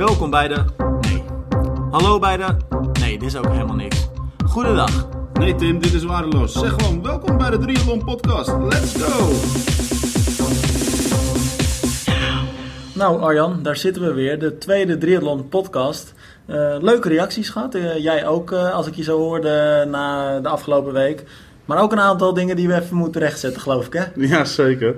Welkom bij de... Nee. Hallo bij de... Nee, dit is ook helemaal niks. Goedendag. Nee Tim, dit is waardeloos. Zeg gewoon, welkom bij de Triathlon Podcast. Let's go! Nou Arjan, daar zitten we weer. De tweede Triathlon Podcast. Leuke reacties gehad. Jij ook, als ik je zo hoorde na de afgelopen week. Maar ook een aantal dingen die we even moeten rechtzetten, geloof ik, hè? Ja, zeker.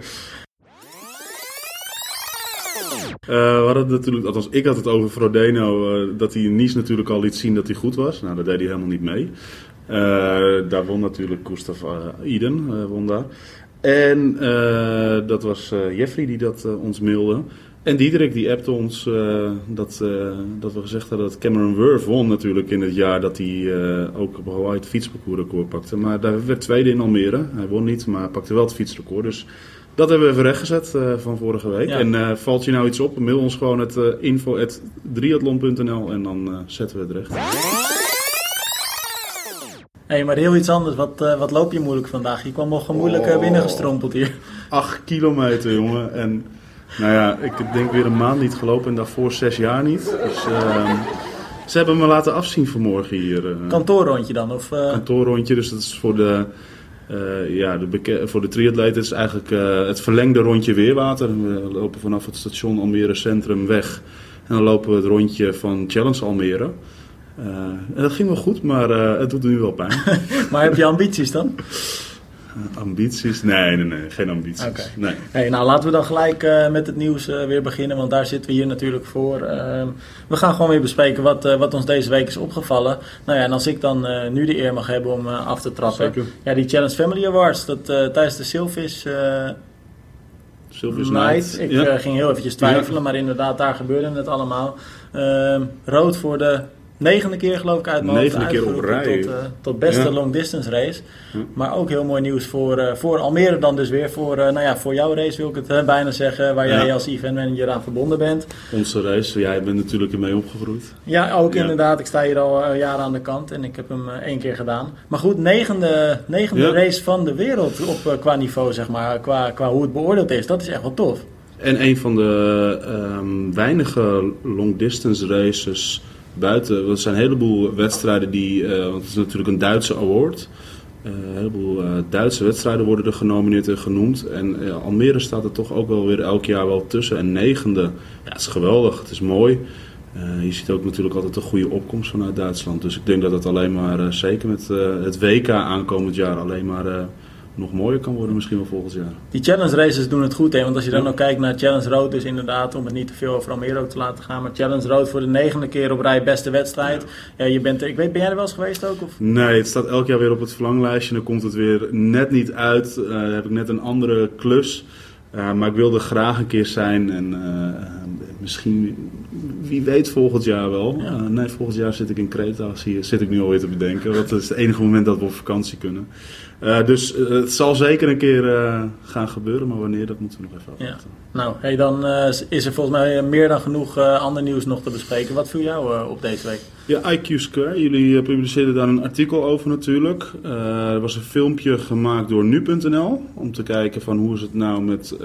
We hadden het natuurlijk, althans ik had het over Frodeno, dat hij in Nice natuurlijk al liet zien dat hij goed was. Nou, daar deed hij helemaal niet mee. Daar won natuurlijk Gustav Iden, won daar. En dat was Jeffrey die dat ons mailde. En Diederik die appte ons dat we gezegd hadden dat Cameron Wurf won natuurlijk in het jaar dat hij ook op Hawaii het fietsparcoursrecord pakte. Maar daar werd tweede in Almere. Hij won niet, maar pakte wel het fietsrecord. Dus dat hebben we even rechtgezet van vorige week. Ja. En valt je nou iets op, mail ons gewoon het info@triathlon.nl en dan zetten we het recht. Hey, maar heel iets anders. Wat loop je moeilijk vandaag? Je kwam nog moeilijk binnengestrompeld hier. 8 kilometer, jongen. En nou ja, ik denk weer een maand niet gelopen en daarvoor 6 jaar niet. Dus ze hebben me laten afzien vanmorgen hier. Kantoorrondje dan? Of, Kantoorrondje, dus dat is voor voor de triatleten is eigenlijk het verlengde rondje Weerwater. We lopen vanaf het station Almere Centrum weg en dan lopen we het rondje van Challenge Almere. En dat ging wel goed, maar het doet nu wel pijn. Maar heb je ambities dan? Ambities? Nee, geen ambities. Okay. Nee. Hey, nou, laten we dan gelijk met het nieuws weer beginnen, want daar zitten we hier natuurlijk voor. We gaan gewoon weer bespreken wat ons deze week is opgevallen. Nou ja, en als ik dan nu de eer mag hebben om af te trappen. Zeker. Ja, die Challenge Family Awards, dat tijdens de Silvis Night. Ik ging heel eventjes twijfelen, maar inderdaad, daar gebeurde het allemaal. Rood voor de 9e keer geloof ik uit mijn hoofd. 9e keer op rij. Tot beste long distance race. Ja. Maar ook heel mooi nieuws voor Almere dan dus weer. Voor jouw race wil ik het bijna zeggen. Waar jij als eventmanager aan verbonden bent. Onze race. Jij bent natuurlijk ermee opgegroeid. Ja, ook inderdaad. Ik sta hier al jaren aan de kant. En ik heb hem 1 keer gedaan. Maar goed, negende race van de wereld qua niveau, zeg maar. Qua hoe het beoordeeld is. Dat is echt wel tof. En een van de weinige long distance races buiten. Er zijn een heleboel wedstrijden want het is natuurlijk een Duitse award. Een heleboel Duitse wedstrijden worden er genomineerd en genoemd. En Almere staat er toch ook wel weer elk jaar wel tussen. En 9e, ja, het is geweldig, het is mooi. Je ziet ook natuurlijk altijd een goede opkomst vanuit Duitsland. Dus ik denk dat het alleen maar, zeker met het WK aankomend jaar, alleen maar nog mooier kan worden misschien wel volgend jaar. Die challenge races doen het goed, hè? Want als je dan ook kijkt naar Challenge Road, dus inderdaad, om het niet te veel over Almere ook te laten gaan, maar Challenge Road voor de 9e keer op rij beste wedstrijd. Ja, ben jij er wel eens geweest ook? Of? Nee, het staat elk jaar weer op het verlanglijstje. Dan komt het weer net niet uit. Dan heb ik net een andere klus. Maar ik wilde graag een keer zijn en misschien, wie weet volgend jaar wel. Ja. Nee, volgend jaar zit ik in Kreta. Zit ik nu alweer te bedenken. Dat is het enige moment dat we op vakantie kunnen. Dus het zal zeker een keer gaan gebeuren, maar wanneer, dat moeten we nog even afwachten. Ja. Nou, hey, dan is er volgens mij meer dan genoeg ander nieuws nog te bespreken. Wat viel jou op deze week? Ja, IQ Square. Jullie publiceerden daar een artikel over natuurlijk. Er was een filmpje gemaakt door nu.nl om te kijken van hoe is het nou met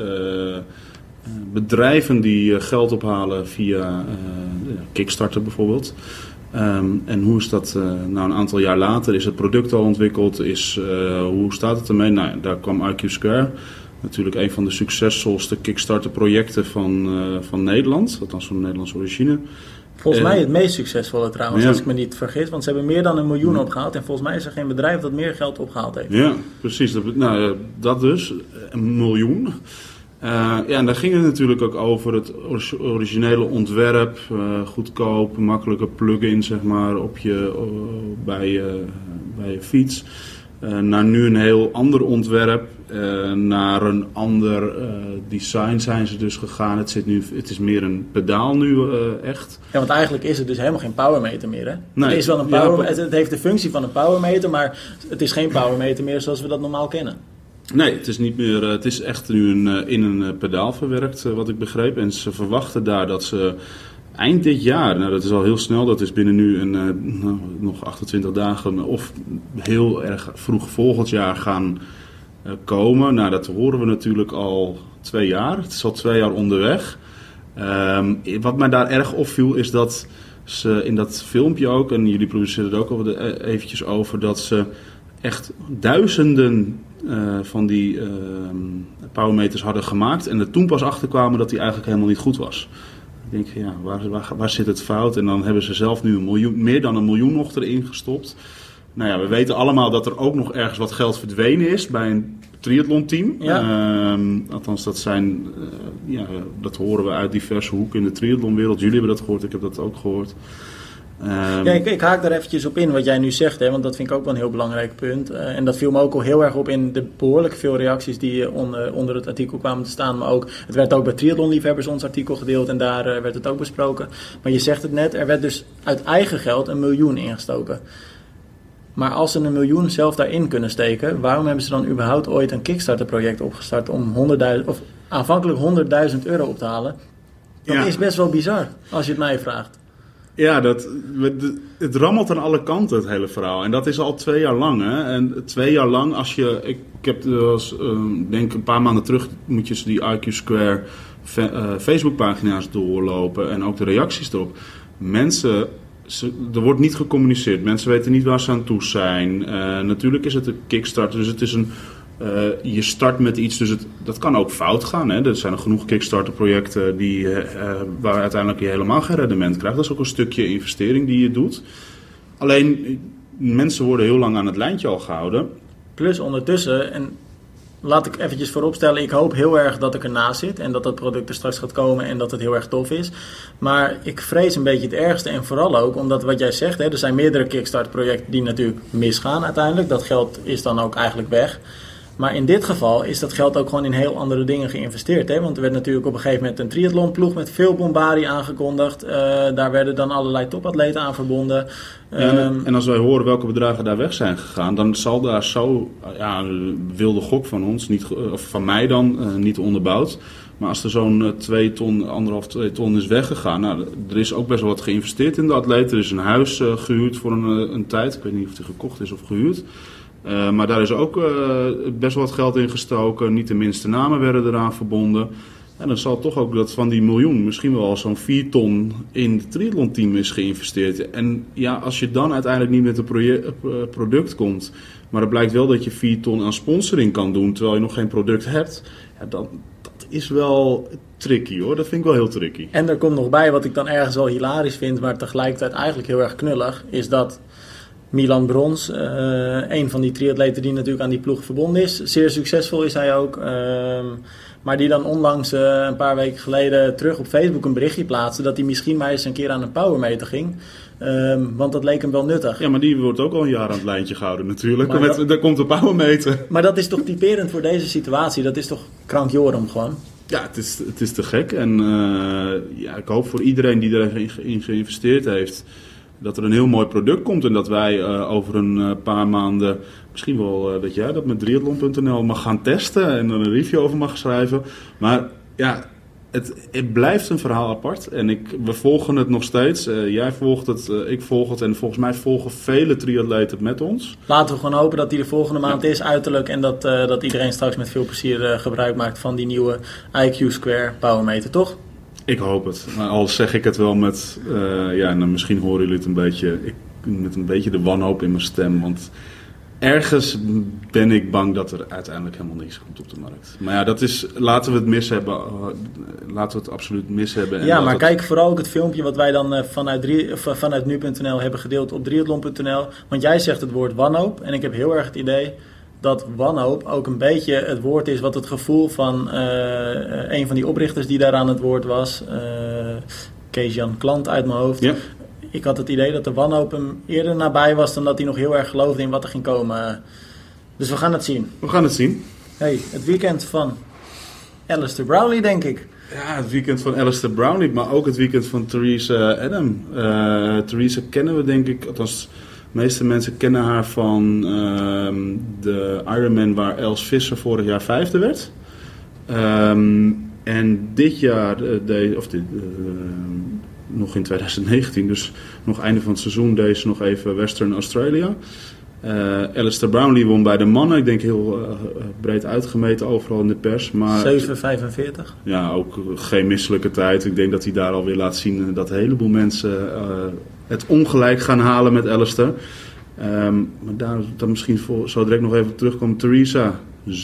bedrijven die geld ophalen via Kickstarter bijvoorbeeld. En hoe is dat nou een aantal jaar later? Is het product al ontwikkeld? Hoe staat het ermee? Nou, daar kwam IQ Square. Natuurlijk een van de succesvolste Kickstarter projecten van Nederland. Althans van Nederlandse origine. Volgens mij het meest succesvolle trouwens, als ik me niet vergis. Want ze hebben meer dan 1 miljoen opgehaald. En volgens mij is er geen bedrijf dat meer geld opgehaald heeft. Ja, precies. Dat dus. 1 miljoen. En daar ging het natuurlijk ook over het originele ontwerp, goedkoop, makkelijke plug-in zeg maar bij je fiets. Naar nu een heel ander ontwerp, naar een ander design zijn ze dus gegaan. Het is meer een pedaal nu echt. Ja, want eigenlijk is het dus helemaal geen powermeter meer, hè? Nee. Het is wel een het heeft de functie van een powermeter, maar het is geen powermeter meer zoals we dat normaal kennen. Nee, het is niet meer. Het is echt nu in een pedaal verwerkt, wat ik begreep. En ze verwachten daar dat ze eind dit jaar, nou dat is al heel snel, dat is binnen nu nog 28 dagen of heel erg vroeg volgend jaar gaan komen. Nou, dat horen we natuurlijk al 2 jaar. Het is al 2 jaar onderweg. Wat mij daar erg opviel is dat ze in dat filmpje ook, en jullie produceerden er ook al eventjes over, dat ze echt duizenden van die powermeters hadden gemaakt en er toen pas achterkwamen dat die eigenlijk helemaal niet goed was. Ik denk, ja, waar zit het fout? En dan hebben ze zelf nu meer dan 1 miljoen nog erin gestopt. Nou ja, we weten allemaal dat er ook nog ergens wat geld verdwenen is bij een triathlon-team. Ja. Althans, dat horen we uit diverse hoeken in de triathlonwereld. Jullie hebben dat gehoord, ik heb dat ook gehoord. Ja, ik haak daar eventjes op in wat jij nu zegt, hè, want dat vind ik ook wel een heel belangrijk punt. En dat viel me ook al heel erg op in de behoorlijk veel reacties die onder het artikel kwamen te staan. Maar ook, het werd ook bij triathlonliefhebbers ons artikel gedeeld en daar werd het ook besproken. Maar je zegt het net, er werd dus uit eigen geld 1 miljoen ingestoken. Maar als ze 1 miljoen zelf daarin kunnen steken, waarom hebben ze dan überhaupt ooit een Kickstarter-project opgestart om aanvankelijk 100.000 euro op te halen? Dat is best wel bizar, als je het mij vraagt. Ja, het rammelt aan alle kanten, het hele verhaal. En dat is al 2 jaar lang. Hè? En 2 jaar lang, ik heb denk een paar maanden terug, moet je die IQ Square Facebookpagina's doorlopen en ook de reacties erop. Er wordt niet gecommuniceerd. Mensen weten niet waar ze aan toe zijn. Natuurlijk is het een Kickstarter, dus het is je start met iets, dus dat kan ook fout gaan. Hè? Er zijn er genoeg Kickstarter-projecten waar uiteindelijk je helemaal geen rendement krijgt. Dat is ook een stukje investering die je doet. Alleen, mensen worden heel lang aan het lijntje al gehouden. Plus ondertussen, en laat ik eventjes vooropstellen, ik hoop heel erg dat ik ernaast zit en dat product er straks gaat komen en dat het heel erg tof is. Maar ik vrees een beetje het ergste en vooral ook omdat wat jij zegt, hè, er zijn meerdere Kickstarter-projecten die natuurlijk misgaan uiteindelijk. Dat geld is dan ook eigenlijk weg. Maar in dit geval is dat geld ook gewoon in heel andere dingen geïnvesteerd. Hè? Want er werd natuurlijk op een gegeven moment een triathlonploeg met veel bombardie aangekondigd. Daar werden dan allerlei topatleten aan verbonden. En als wij horen welke bedragen daar weg zijn gegaan, dan zal daar een wilde gok van ons, of van mij dan, niet onderbouwd. Maar als er zo'n 2 ton is weggegaan, nou, er is ook best wel wat geïnvesteerd in de atleet. Er is een huis gehuurd voor een tijd. Ik weet niet of die gekocht is of gehuurd. Maar daar is ook best wel wat geld in gestoken. Niet de minste namen werden eraan verbonden. En dan zal toch ook dat van die 1 miljoen misschien wel zo'n 4 ton in het triathlon-team is geïnvesteerd. En ja, als je dan uiteindelijk niet met een product komt, maar het blijkt wel dat je 4 ton aan sponsoring kan doen terwijl je nog geen product hebt, ja, dat is wel tricky hoor. Dat vind ik wel heel tricky. En er komt nog bij wat ik dan ergens wel hilarisch vind, maar tegelijkertijd eigenlijk heel erg knullig, is dat Milan Brons, een van die triatleten die natuurlijk aan die ploeg verbonden is. Zeer succesvol is hij ook. Maar die dan onlangs een paar weken geleden terug op Facebook een berichtje plaatste dat hij misschien maar eens een keer aan een powermeter ging. Want dat leek hem wel nuttig. Ja, maar die wordt ook al een jaar aan het lijntje gehouden natuurlijk. Daar komt een powermeter. Maar dat is toch typerend voor deze situatie? Dat is toch krankjorum gewoon? Ja, het is te gek. En ik hoop voor iedereen die erin geïnvesteerd heeft dat er een heel mooi product komt en dat wij over een paar maanden, misschien wel dat jij dat met triathlon.nl mag gaan testen en er een review over mag schrijven. Maar ja, het blijft een verhaal apart en we volgen het nog steeds. Jij volgt het, ik volg het en volgens mij volgen vele triatleten met ons. Laten we gewoon hopen dat die de volgende maand is uiterlijk en dat iedereen straks met veel plezier gebruik maakt van die nieuwe IQ Square powermeter, toch? Ik hoop het. Maar al zeg ik het wel met, en misschien horen jullie het een beetje, met een beetje de wanhoop in mijn stem. Want ergens ben ik bang dat er uiteindelijk helemaal niks komt op de markt. Maar ja, dat is, laten we het mis hebben. Laten we het absoluut mis hebben. En ja, maar kijk vooral ook het filmpje wat wij dan vanuit nu.nl hebben gedeeld op triathlon.nl. Want jij zegt het woord wanhoop en ik heb heel erg het idee dat wanhoop ook een beetje het woord is wat het gevoel van een van die oprichters die daar aan het woord was, Kees-Jan Klant uit mijn hoofd. Ja. Ik had het idee dat de wanhoop hem eerder nabij was dan dat hij nog heel erg geloofde in wat er ging komen. Dus we gaan het zien. We gaan het zien. Hey, het weekend van Alistair Brownlee, denk ik. Ja, het weekend van Alistair Brownlee, maar ook het weekend van Theresa Adam. Theresa kennen we denk ik, althans de meeste mensen kennen haar van de Ironman waar Els Visser vorig jaar 5e werd. En dit jaar, nog in 2019, dus nog einde van het seizoen, deed ze nog even Western Australia. Alistair Brownlee won bij de mannen. Ik denk heel breed uitgemeten overal in de pers. Maar 7,45. ja, ook geen misselijke tijd. Ik denk dat hij daar alweer laat zien dat een heleboel mensen het ongelijk gaan halen met Alistair. Maar daar misschien zo direct nog even terugkomen. Teresa,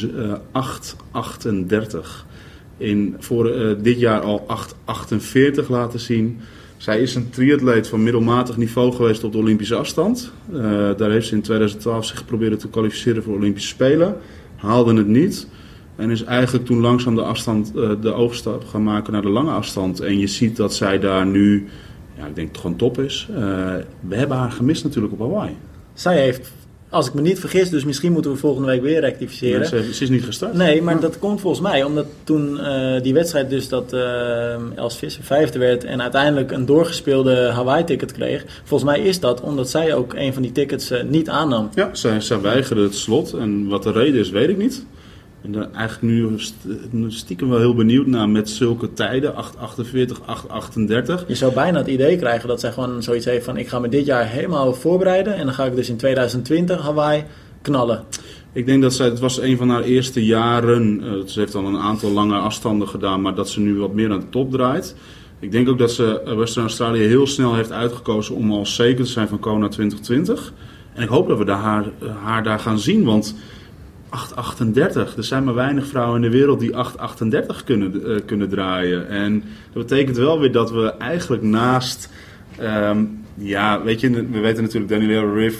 8,38. Voor dit jaar al 8,48 laten zien. Zij is een triatleet van middelmatig niveau geweest op de Olympische afstand. Daar heeft ze in 2012 zich geprobeerd te kwalificeren voor Olympische Spelen. Haalde het niet. En is eigenlijk toen langzaam de overstap gaan maken naar de lange afstand. En je ziet dat zij daar nu, ik denk gewoon top is. We hebben haar gemist natuurlijk op Hawaii. Zij heeft, als ik me niet vergis, dus misschien moeten we volgende week weer rectificeren. Nee, ze is niet gestart. Nee, maar dat komt volgens mij omdat toen die wedstrijd dus dat Els Visser vijfde werd en uiteindelijk een doorgespeelde Hawaii-ticket kreeg. Volgens mij is dat omdat zij ook een van die tickets niet aannam. Ja, zij weigerde het slot en wat de reden is, weet ik niet. Ik ben eigenlijk nu stiekem wel heel benieuwd naar met zulke tijden, 8,48, 8,38. Je zou bijna het idee krijgen dat zij gewoon zoiets heeft van ik ga me dit jaar helemaal voorbereiden en dan ga ik dus in 2020 Hawaii knallen. Ik denk dat het was een van haar eerste jaren, ze heeft al een aantal lange afstanden gedaan, maar dat ze nu wat meer aan de top draait. Ik denk ook dat ze Western Australië heel snel heeft uitgekozen om al zeker te zijn van Kona 2020. En ik hoop dat we haar daar gaan zien, want 8,38. Er zijn maar weinig vrouwen in de wereld die 8,38 kunnen draaien. En dat betekent wel weer dat we eigenlijk naast... weet je, we weten natuurlijk Daniela Riff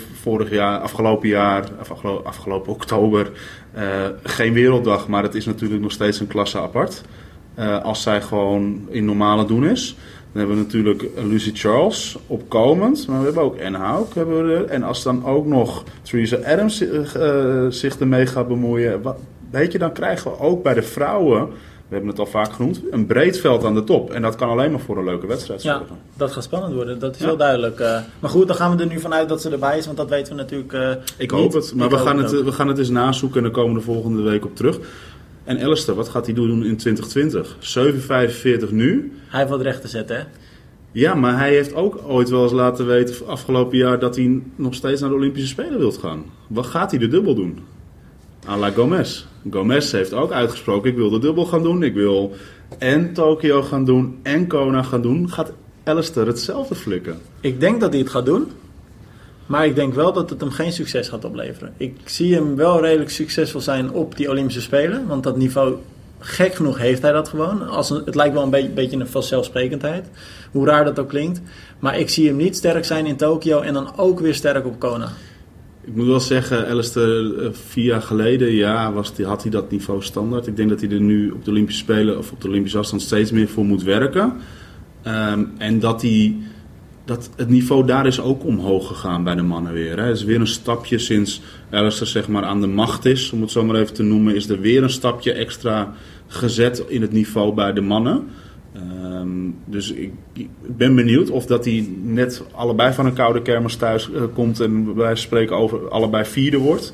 afgelopen oktober, geen werelddag. Maar het is natuurlijk nog steeds een klasse apart. Als zij gewoon in normale doen is. Dan hebben we natuurlijk Lucy Charles opkomend. Maar we hebben ook Anne Hauk. En als dan ook nog Teresa Adams zich ermee gaat bemoeien. Weet je, dan krijgen we ook bij de vrouwen, we hebben het al vaak genoemd, een breed veld aan de top. En dat kan alleen maar voor een leuke wedstrijd zorgen. Ja, dat gaat spannend worden. Dat is heel duidelijk. Maar goed, dan gaan we er nu vanuit dat ze erbij is. Want dat weten we natuurlijk Ik hoop het. Maar we gaan het eens nazoeken en dan komen we de volgende week op terug. En Alistair, wat gaat hij doen in 2020? 7,45 nu. Hij heeft wat recht te zetten, hè? Ja, maar hij heeft ook ooit wel eens laten weten afgelopen jaar dat hij nog steeds naar de Olympische Spelen wil gaan. Wat gaat hij de dubbel doen? À la Gomez. Gomez heeft ook uitgesproken, ik wil de dubbel gaan doen. Ik wil en Tokio gaan doen en Kona gaan doen. Gaat Alistair hetzelfde flikken? Ik denk dat hij het gaat doen. Maar ik denk wel dat het hem geen succes gaat opleveren. Ik zie hem wel redelijk succesvol zijn op die Olympische Spelen. Want dat niveau, gek genoeg, heeft hij dat gewoon. Het lijkt wel een beetje een vanzelfsprekendheid. Hoe raar dat ook klinkt. Maar ik zie hem niet sterk zijn in Tokio en dan ook weer sterk op Kona. Ik moet wel zeggen, Alistair 4 jaar geleden had hij dat niveau standaard. Ik denk dat hij er nu op de Olympische Spelen of op de Olympische afstand steeds meer voor moet werken. En dat het niveau daar is ook omhoog gegaan bij de mannen weer. Hè. Het is weer een stapje sinds Alistair zeg maar aan de macht is, om het zo maar even te noemen, is er weer een stapje extra gezet in het niveau bij de mannen. Dus ik ben benieuwd of dat hij net allebei van een koude kermis thuis komt en wij spreken over allebei vierde wordt.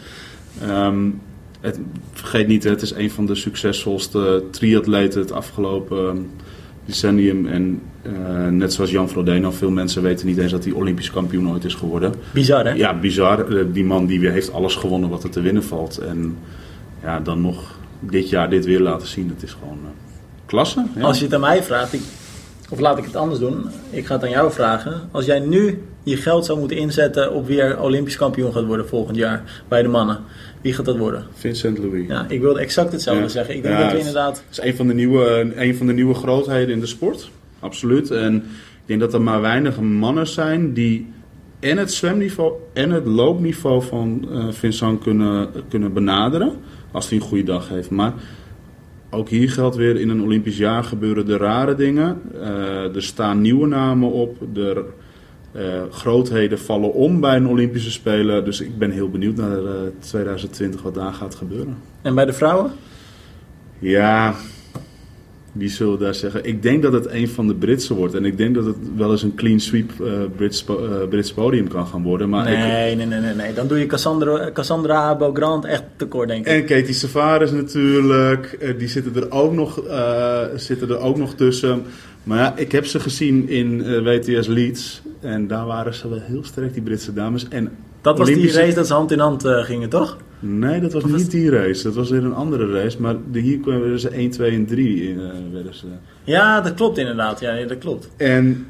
Vergeet niet, het is een van de succesvolste triatleten het afgelopen decennium. En net zoals Jan Frodeno, veel mensen weten niet eens dat hij Olympisch kampioen ooit is geworden. Bizar, hè? Ja, bizar. Die man die weer heeft alles gewonnen wat er te winnen valt. En dan nog dit jaar dit weer laten zien. Het is gewoon klasse. Ja. Als je het aan mij vraagt, of laat ik het anders doen. Ik ga het aan jou vragen. Als jij nu je geld zou moeten inzetten op wie er Olympisch kampioen gaat worden volgend jaar bij de mannen. Wie gaat dat worden? Vincent Louis. Ja, ik wilde exact hetzelfde zeggen. Ik denk dat we inderdaad... Het is een van de nieuwe grootheden in de sport. Absoluut. En ik denk dat er maar weinig mannen zijn die en het zwemniveau en het loopniveau van Vincent kunnen benaderen. Als hij een goede dag heeft. Maar ook hier geldt weer, in een Olympisch jaar gebeuren de rare dingen. Er staan nieuwe namen op. Grootheden vallen om bij een Olympische Spelen. Dus ik ben heel benieuwd naar 2020 wat daar gaat gebeuren. En bij de vrouwen? Ja, wie zullen daar zeggen? Ik denk dat het een van de Britsen wordt. En ik denk dat het wel eens een clean sweep Brits podium kan gaan worden. Maar nee. Dan doe je Cassandra Beaugrand echt tekort, denk ik. En Katie Savares natuurlijk. Die zitten er ook nog tussen. Maar ja, ik heb ze gezien in WTS Leeds. En daar waren ze wel heel sterk, die Britse dames. En Dat was die race dat ze hand in hand gingen, toch? Nee, dat was niet die race. Dat was weer een andere race. Maar hier kwamen ze 1, 2 en 3 werden ze. Ja, dat klopt inderdaad. Ja, dat klopt. En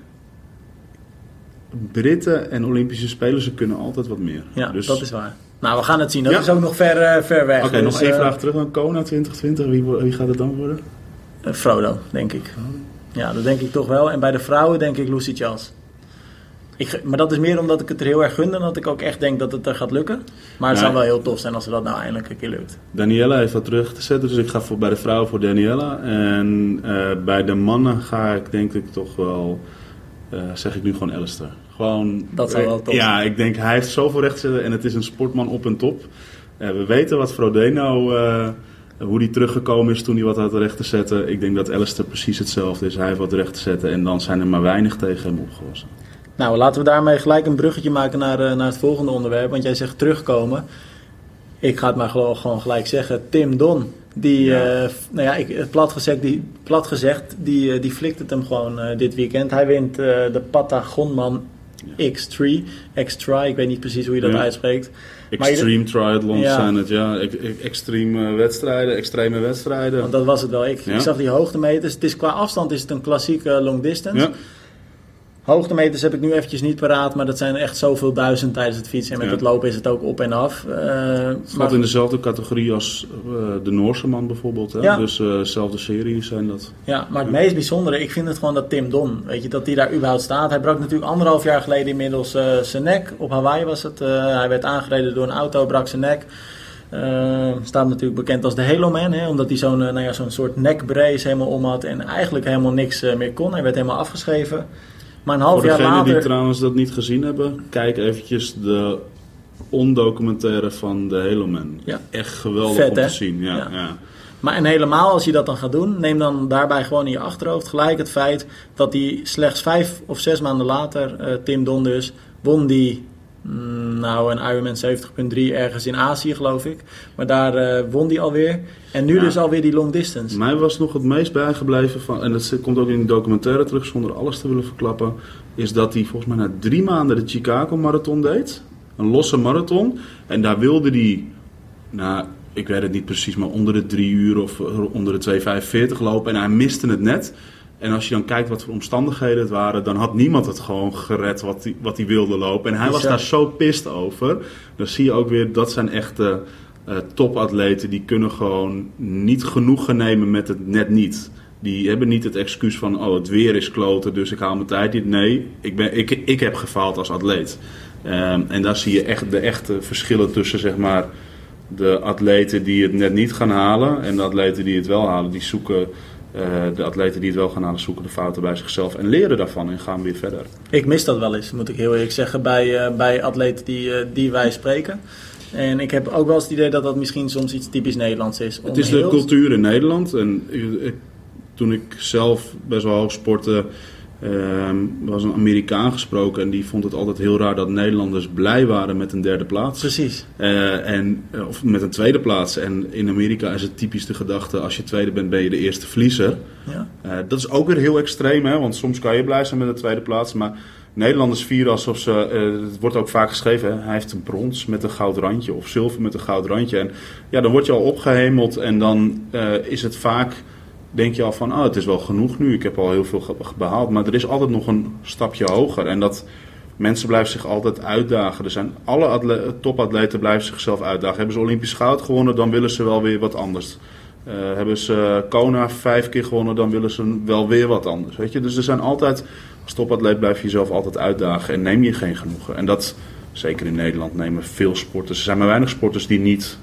Britten en Olympische spelers, ze kunnen altijd wat meer. Ja, dus dat is waar. Nou, we gaan het zien. Dat is ook nog ver weg. Oké, nog één vraag terug. Dan Kona 2020. Wie gaat het dan worden? Frodo, denk ik. Ja, dat denk ik toch wel. En bij de vrouwen denk ik Lucy Charles. Maar dat is meer omdat ik het er heel erg gun dan dat ik ook echt denk dat het er gaat lukken. Maar het zou wel heel tof zijn als er dat nou eindelijk een keer lukt. Daniela heeft wat terug te zetten, dus ik ga bij de vrouwen voor Daniela. En bij de mannen ga ik denk ik toch wel, zeg ik nu gewoon Alistair. Gewoon, dat zou wel tof zijn. Ja, ik denk hij heeft zoveel recht te zetten en het is een sportman op en top. We weten wat Frodeno, hoe die teruggekomen is toen hij wat had recht te zetten. Ik denk dat Alistair precies hetzelfde is. Hij heeft wat recht te zetten en dan zijn er maar weinig tegen hem opgewassen. Nou, laten we daarmee gelijk een bruggetje maken naar het volgende onderwerp. Want jij zegt terugkomen. Ik ga het maar gewoon gelijk zeggen. Tim Don. Die, plat gezegd, die flikt het hem gewoon dit weekend. Hij wint de Patagonman X3. Ik weet niet precies hoe je dat uitspreekt. Extreme triathlons zijn het, extreme wedstrijden. Want dat was het wel. Ik zag die hoogtemeters. Het is, qua afstand is het een klassieke long distance. Ja. Hoogtemeters heb ik nu eventjes niet paraat, maar dat zijn echt zoveel duizend tijdens het fietsen. En met het lopen is het ook op en af. Het valt in dezelfde categorie als de Noorse man bijvoorbeeld. Hè? Ja. Dus dezelfde serie zijn dat. Ja, maar het meest bijzondere, ik vind het gewoon dat Tim Don, weet je, dat hij daar überhaupt staat. Hij brak natuurlijk 1,5 jaar geleden inmiddels zijn nek. Op Hawaii was het. Hij werd aangereden door een auto, brak zijn nek. Staat natuurlijk bekend als de Halo Man, hè, omdat hij zo'n soort nekbrace helemaal om had en eigenlijk helemaal niks meer kon. Hij werd helemaal afgeschreven. Maar een half jaar later... Voor degenen die trouwens dat niet gezien hebben, kijk eventjes de ondocumentaire van de Halo Man. Ja. Echt geweldig vet, om te zien. Ja. Maar en helemaal als je dat dan gaat doen, neem dan daarbij gewoon in je achterhoofd gelijk het feit dat hij slechts 5 of 6 maanden later, Tim Don dus, won die... een Ironman 70.3 ergens in Azië geloof ik. Maar daar won hij alweer. En nu dus alweer die long distance. Mij was nog het meest bijgebleven van, en dat komt ook in de documentaire terug zonder alles te willen verklappen, is dat hij volgens mij na 3 maanden de Chicago Marathon deed. Een losse marathon. En daar wilde hij, ik weet het niet precies, maar onder de 3 uur of onder de 2:45 lopen. En hij miste het net. En als je dan kijkt wat voor omstandigheden het waren, dan had niemand het gewoon gered wat hij wilde lopen. En hij was daar zo pist over. Dan zie je ook weer, dat zijn echte topatleten. Die kunnen gewoon niet genoegen nemen met het net niet. Die hebben niet het excuus van, het weer is kloten, dus ik haal mijn tijd niet. Nee, ik heb gefaald als atleet. En daar zie je echt de echte verschillen tussen, zeg maar, de atleten die het net niet gaan halen en de atleten die het wel halen. Die zoeken... de atleten die het wel gaan halen, zoeken de fouten bij zichzelf en leren daarvan en gaan weer verder. Ik mis dat wel eens, moet ik heel eerlijk zeggen, bij atleten die wij spreken. En ik heb ook wel eens het idee dat dat misschien soms iets typisch Nederlands is. Het is de cultuur in Nederland. En toen ik zelf best wel hoog sportte, was een Amerikaan gesproken en die vond het altijd heel raar dat Nederlanders blij waren met een 3e plaats. Precies. Of met een 2e plaats. En in Amerika is het typisch de gedachte, als je tweede bent, ben je de eerste verliezer. Ja. Dat is ook weer heel extreem, hè? Want soms kan je blij zijn met de 2e plaats, maar Nederlanders vieren alsof ze, het wordt ook vaak geschreven, hè? Hij heeft een brons met een goud randje of zilver met een goud randje. En ja, dan word je al opgehemeld en dan is het vaak... denk je al van, het is wel genoeg nu, ik heb al heel veel behaald. Maar er is altijd nog een stapje hoger. En dat mensen blijven zich altijd uitdagen. Er zijn alle topatleten blijven zichzelf uitdagen. Hebben ze Olympisch goud gewonnen, dan willen ze wel weer wat anders. Hebben ze Kona 5 keer gewonnen, dan willen ze wel weer wat anders. Weet je? Dus er zijn altijd, als topatleet blijf je jezelf altijd uitdagen en neem je geen genoegen. En dat, zeker in Nederland, nemen veel sporters. Er zijn maar weinig sporters die niet...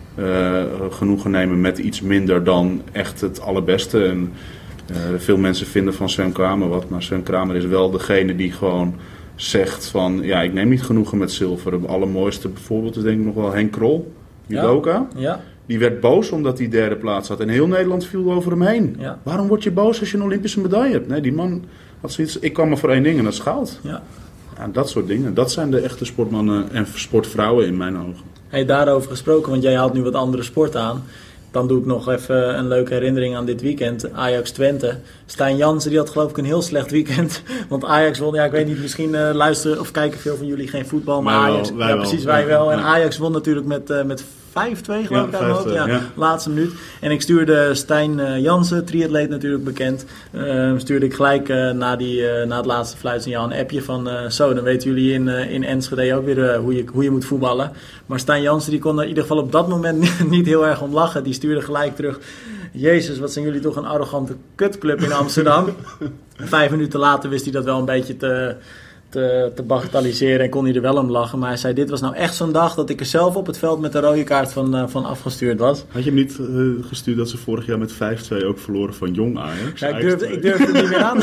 genoegen nemen met iets minder dan echt het allerbeste. En veel mensen vinden van Sven Kramer wat, maar Sven Kramer is wel degene die gewoon zegt van, ik neem niet genoegen met zilver. Het allermooiste bijvoorbeeld is denk ik nog wel Henk Krol, judoka. Ja. Die werd boos omdat hij 3e plaats had en heel Nederland viel over hem heen. Ja. Waarom word je boos als je een Olympische medaille hebt? Nee, die man had zoiets, ik kwam maar voor 1 ding en dat is goud. Ja. Ja, dat soort dingen, dat zijn de echte sportmannen en sportvrouwen in mijn ogen. Hey, daarover gesproken, want jij haalt nu wat andere sport aan. Dan doe ik nog even een leuke herinnering aan dit weekend. Ajax-Twente. Stijn Jansen die had geloof ik een heel slecht weekend. Want Ajax won, ik weet niet, misschien luisteren of kijken veel van jullie geen voetbal. Maar Ajax, wij wel. Precies, wij wel. En Ajax won natuurlijk met 5-2 geloof ik aan de hoofd. Laatste minuut. En ik stuurde Stijn Jansen, triatleet natuurlijk bekend. Stuurde ik gelijk na het laatste fluitsignaal een appje van dan weten jullie in Enschede ook weer hoe je moet voetballen. Maar Stijn Jansen die kon er in ieder geval op dat moment niet heel erg om lachen. Die stuurde gelijk terug: Jezus, wat zijn jullie toch een arrogante kutclub in Amsterdam. 5 minuten later wist hij dat wel een beetje te bagatelliseren en kon hij er wel om lachen. Maar hij zei, dit was nou echt zo'n dag dat ik er zelf op het veld met de rode kaart van afgestuurd was. Had je hem niet gestuurd dat ze vorig jaar met 5-2 ook verloren van Jong Ajax? Ja, ik durfde het niet meer aan.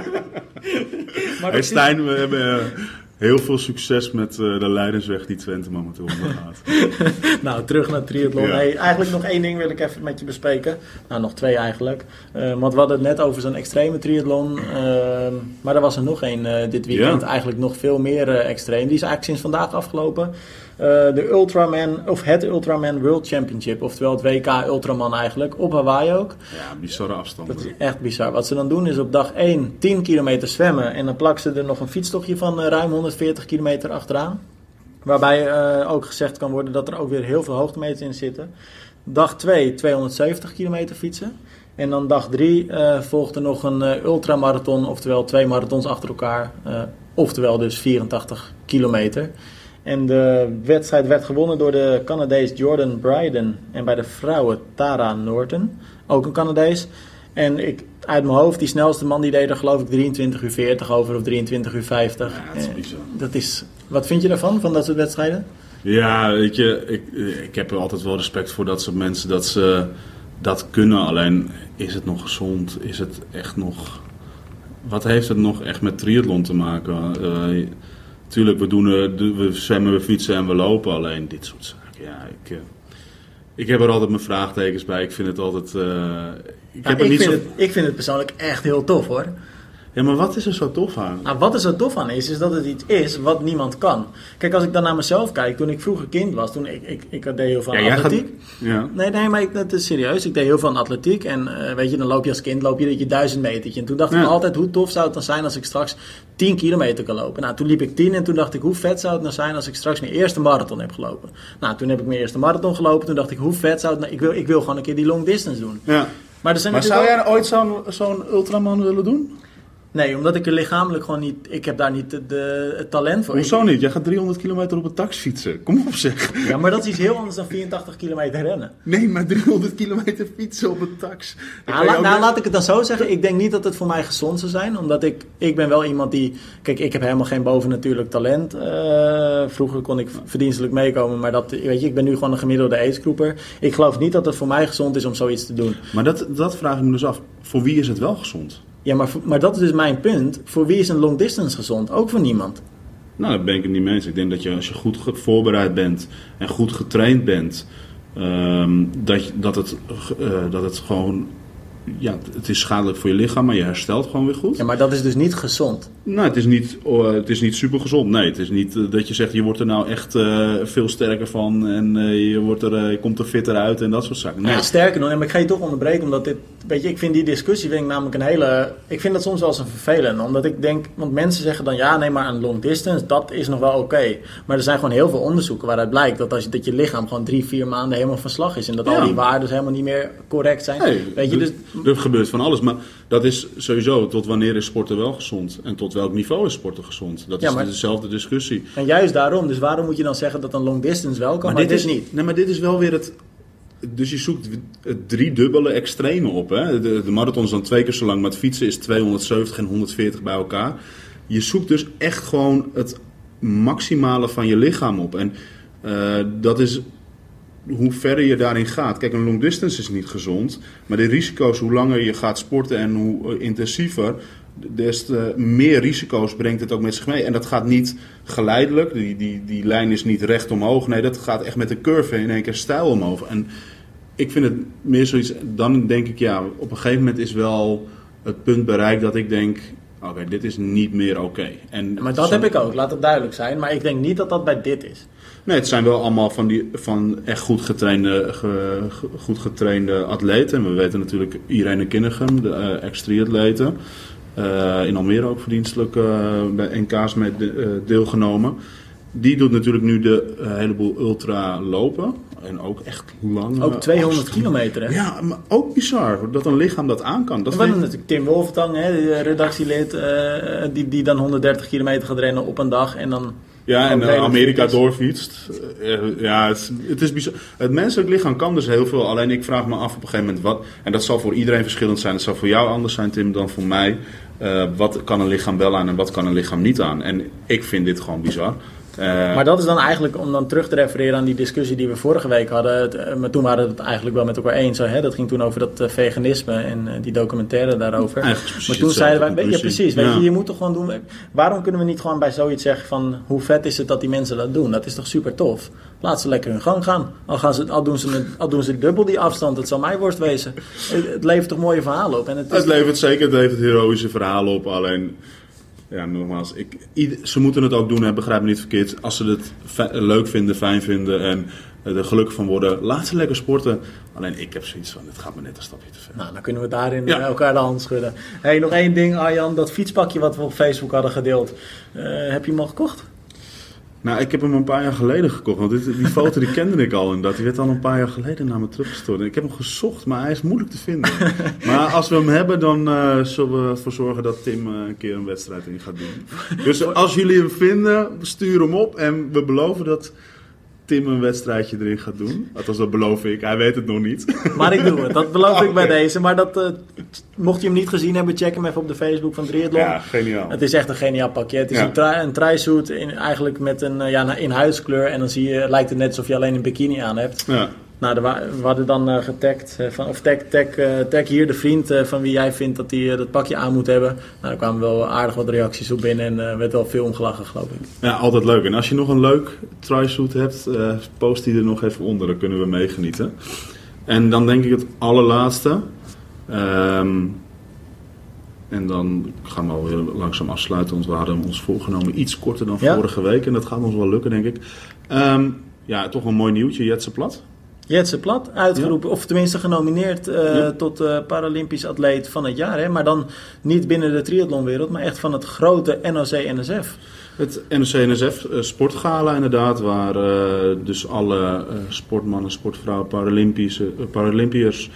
Maar Stijn, we hebben heel veel succes met de Leidensweg die Twente momenteel ondergaat. Nou, terug naar triathlon. Ja. Hey, eigenlijk nog 1 ding wil ik even met je bespreken. Nou, nog 2 eigenlijk. Want we hadden het net over zo'n extreme triathlon. Maar er was er nog 1 dit weekend. Ja. Eigenlijk nog veel meer extreem. Die is eigenlijk sinds vandaag afgelopen. De Ultraman, of het Ultraman World Championship. Oftewel het WK Ultraman eigenlijk. Op Hawaii ook. Ja, bizarre afstanden. Dat is echt bizar. Wat ze dan doen is op dag 1 10 kilometer zwemmen. En dan plakken ze er nog een fietstochtje van ruim 140 kilometer achteraan. Waarbij ook gezegd kan worden dat er ook weer heel veel hoogtemeters in zitten. Dag 2 270 kilometer fietsen. En dan dag 3 volgt er nog een ultramarathon. Oftewel 2 marathons achter elkaar. Oftewel dus 84 kilometer. En de wedstrijd werd gewonnen door de Canadees Jordan Bryden. En bij de vrouwen Tara Norton. Ook een Canadees. En uit mijn hoofd, die snelste man die deed er geloof ik 23 uur 40 over of 23 uur 50. Ja, dat is bizar. Wat vind je daarvan, van dat soort wedstrijden? Ja, weet je, ik heb er altijd wel respect voor dat soort mensen dat ze dat kunnen. Alleen, is het nog gezond? Is het echt nog... Wat heeft het nog echt met triathlon te maken? Tuurlijk, we zwemmen, we fietsen en we lopen. Alleen dit soort zaken, ja, ik heb er altijd mijn vraagtekens bij. Ik vind het altijd... Ik vind het persoonlijk echt heel tof hoor. Ja, maar wat is er zo tof aan? Nou, wat er zo tof aan is dat het iets is wat niemand kan. Kijk, als ik dan naar mezelf kijk, toen ik vroeger kind was, toen ik deed heel veel aan atletiek. Ja. Nee, maar dat is serieus. Ik deed heel veel aan atletiek en weet je, dan loop je als kind je 1000 metertje. En toen dacht ik altijd, hoe tof zou het dan zijn als ik straks 10 kilometer kan lopen. Nou, toen liep ik 10 en toen dacht ik, hoe vet zou het nou zijn als ik straks mijn eerste marathon heb gelopen. Nou, toen heb ik mijn eerste marathon gelopen. Toen dacht ik, hoe vet zou het nou... Ik wil gewoon een keer die long distance doen. Ja. Maar zou jij ooit zo'n ultraman willen doen? Nee, omdat ik er lichamelijk gewoon niet... Ik heb daar niet het talent voor. Hoezo niet? Jij gaat 300 kilometer op een tax fietsen. Kom op zeg. Ja, maar dat is iets heel anders dan 84 kilometer rennen. Nee, maar 300 kilometer fietsen op een tax. Laat ik het dan zo zeggen. Ik denk niet dat het voor mij gezond zou zijn. Omdat ik ben wel iemand die... Kijk, ik heb helemaal geen bovennatuurlijk talent. Vroeger kon ik verdienstelijk meekomen. Maar weet je, ik ben nu gewoon een gemiddelde agegroeper. Ik geloof niet dat het voor mij gezond is om zoiets te doen. Maar dat vraag ik me dus af. Voor wie is het wel gezond? Ja, maar dat is dus mijn punt. Voor wie is een long distance gezond? Ook voor niemand. Nou, daar ben ik het niet mee eens. Ik denk dat als je goed voorbereid bent en goed getraind bent, dat het gewoon... Ja, het is schadelijk voor je lichaam, maar je herstelt gewoon weer goed. Ja, maar dat is dus niet gezond. Nou, het is niet super gezond. Nee, het is niet dat je zegt, je wordt er nou echt veel sterker van en je komt er fitter uit en dat soort zaken. Nee. Ja, sterker nog, maar ik ga je toch onderbreken, omdat ik vind die discussie namelijk ik vind dat soms wel eens een vervelend, omdat ik denk, want mensen zeggen dan ja, nee, maar een long distance, dat is nog wel oké. Maar er zijn gewoon heel veel onderzoeken waaruit blijkt dat je lichaam gewoon 3-4 maanden helemaal van slag is en dat al die waarden helemaal niet meer correct zijn. Nee, weet je, dus er gebeurt van alles, maar dat is sowieso tot wanneer is sporten wel gezond en tot welk niveau is sporten gezond. Dat is dezelfde discussie. En juist daarom, dus waarom moet je dan zeggen dat een long distance wel kan, maar dit niet? Nee, maar dit is wel weer het... Dus je zoekt het driedubbele extreme op. Hè? De marathon is dan 2 keer zo lang, maar het fietsen is 270 en 140 bij elkaar. Je zoekt dus echt gewoon het maximale van je lichaam op. En dat is hoe verder je daarin gaat. Kijk, een long distance is niet gezond. Maar de risico's, hoe langer je gaat sporten en hoe intensiever, des te meer risico's brengt het ook met zich mee. En dat gaat niet geleidelijk. Die lijn is niet recht omhoog. Nee, dat gaat echt met de curve in één keer steil omhoog. En ik vind het meer zoiets... Dan denk ik, ja, op een gegeven moment is wel het punt bereikt dat ik denk... oké, dit is niet meer oké. Maar dat heb ik ook, laat het duidelijk zijn. Maar ik denk niet dat dat bij dit is. Nee, het zijn wel allemaal van echt goed getrainde atleten. En we weten natuurlijk Irene Kinnegem, de ex-triatleten. In Almere ook verdienstelijk bij NK's mee deelgenomen. Die doet natuurlijk nu de heleboel ultra lopen. En ook echt lang. Ook 200 kilometer, hè? Ja, maar ook bizar dat een lichaam dat aan kan. We hadden natuurlijk Tim Wolftang, hè, de redactielid, die dan 130 kilometer gaat rennen op een dag. En dan... Ja, en Amerika doorfietst. Ja, het is bizar. Het menselijk lichaam kan dus heel veel. Alleen ik vraag me af op een gegeven moment wat... En dat zal voor iedereen verschillend zijn. Het zal voor jou anders zijn, Tim, dan voor mij. Wat kan een lichaam wel aan en wat kan een lichaam niet aan? En ik vind dit gewoon bizar. Maar dat is dan eigenlijk, om dan terug te refereren aan die discussie die we vorige week hadden. Maar toen waren we het eigenlijk wel met elkaar eens. Hè? Dat ging toen over dat veganisme en die documentaire daarover. Maar toen zeiden wij, ja precies, weet je, je moet toch gewoon doen. Waarom kunnen we niet gewoon bij zoiets zeggen van hoe vet is het dat die mensen dat doen? Dat is toch super tof? Laat ze lekker hun gang gaan. Al doen ze dubbel die afstand, het zal mij worst wezen. Het levert toch mooie verhalen op. En het levert zeker, het levert heroïsche verhalen op, alleen... Ja, nogmaals, ze moeten het ook doen, hè, begrijp me niet verkeerd. Als ze het leuk vinden, fijn vinden en er gelukkig van worden, laat ze lekker sporten. Alleen ik heb zoiets van, het gaat me net een stapje te ver. Nou, dan kunnen we daarin elkaar de hand schudden. Hey, nog één ding, Arjan, dat fietspakje wat we op Facebook hadden gedeeld. Heb je hem al gekocht? Nou, ik heb hem een paar jaar geleden gekocht. Want die foto die kende ik al inderdaad. Die werd al een paar jaar geleden naar me teruggestuurd. Ik heb hem gezocht, maar hij is moeilijk te vinden. Maar als we hem hebben, dan zullen we ervoor zorgen dat Tim een keer een wedstrijd in gaat doen. Dus als jullie hem vinden, stuur hem op. En we beloven dat Tim een wedstrijdje erin gaat doen. Althans, dat beloof ik. Hij weet het nog niet. Maar ik doe het. Dat beloof ik bij deze. Maar mocht je hem niet gezien hebben, check hem even op de Facebook van Triathlon. Ja, geniaal. Het is echt een geniaal pakje. Het is een tri-suit eigenlijk met een in-huiskleur. En dan lijkt het net alsof je alleen een bikini aan hebt. Ja. Nou, we hadden dan getagd, tag hier de vriend van wie jij vindt dat hij dat pakje aan moet hebben. Nou, daar kwamen wel aardig wat reacties op binnen en werd wel veel om gelachen, geloof ik. Ja, altijd leuk. En als je nog een leuk tri-suit hebt, post die er nog even onder, dan kunnen we meegenieten. En dan denk ik het allerlaatste. En dan gaan we alweer langzaam afsluiten, want we hadden ons voorgenomen iets korter dan vorige week. En dat gaat ons wel lukken, denk ik. Toch een mooi nieuwtje, Jetse Plat. Jetse Plat, uitgeroepen, of tenminste genomineerd tot Paralympisch atleet van het jaar. Hè? Maar dan niet binnen de triathlonwereld, maar echt van het grote NOC-NSF. Het NOC-NSF sportgala inderdaad, waar dus alle sportmannen, sportvrouwen, Paralympiërs,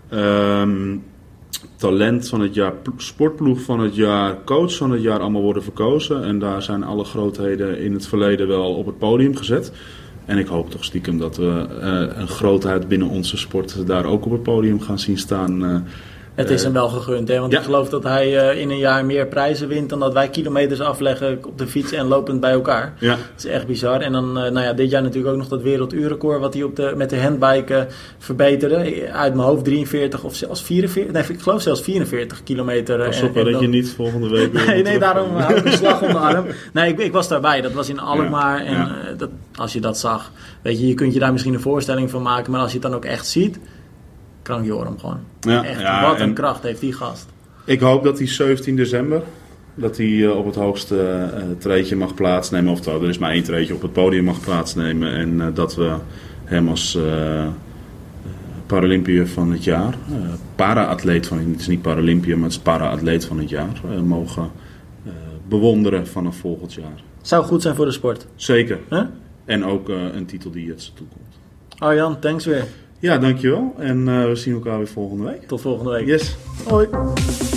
talent van het jaar, sportploeg van het jaar, coach van het jaar allemaal worden verkozen. En daar zijn alle grootheden in het verleden wel op het podium gezet. En ik hoop toch stiekem dat we een grootheid binnen onze sport daar ook op het podium gaan zien staan. Het is hem wel gegund, hè? Want ik geloof dat hij in een jaar meer prijzen wint dan dat wij kilometers afleggen op de fiets en lopend bij elkaar. Ja. Dat is echt bizar. En dan dit jaar natuurlijk ook nog dat werelduurrecord wat hij met de handbike verbeterde. Uit mijn hoofd 43 of zelfs 44, nee, ik geloof zelfs 44 kilometer. Pas op dat je niet volgende week nee, daarom hou ik een slag om de arm. Nee, ik was daarbij. Dat was in Alkmaar. En als je dat zag, weet je kunt je daar misschien een voorstelling van maken, maar als je het dan ook echt ziet, krankjorum gewoon. Ja, echt, wat een kracht heeft die gast. Ik hoop dat hij 17 december... dat hij op het hoogste treedje mag plaatsnemen. Of er is maar 1 treedje op het podium mag plaatsnemen. En dat we hem als Paralympiër van het jaar... para-atleet van het is niet Paralympiër, maar het is para-atleet van het jaar... mogen bewonderen vanaf volgend jaar. Zou goed zijn voor de sport. Zeker. Huh? En ook een titel die het toekomt. Arjan, thanks weer. Ja, dankjewel. En we zien elkaar weer volgende week. Tot volgende week. Yes. Hoi.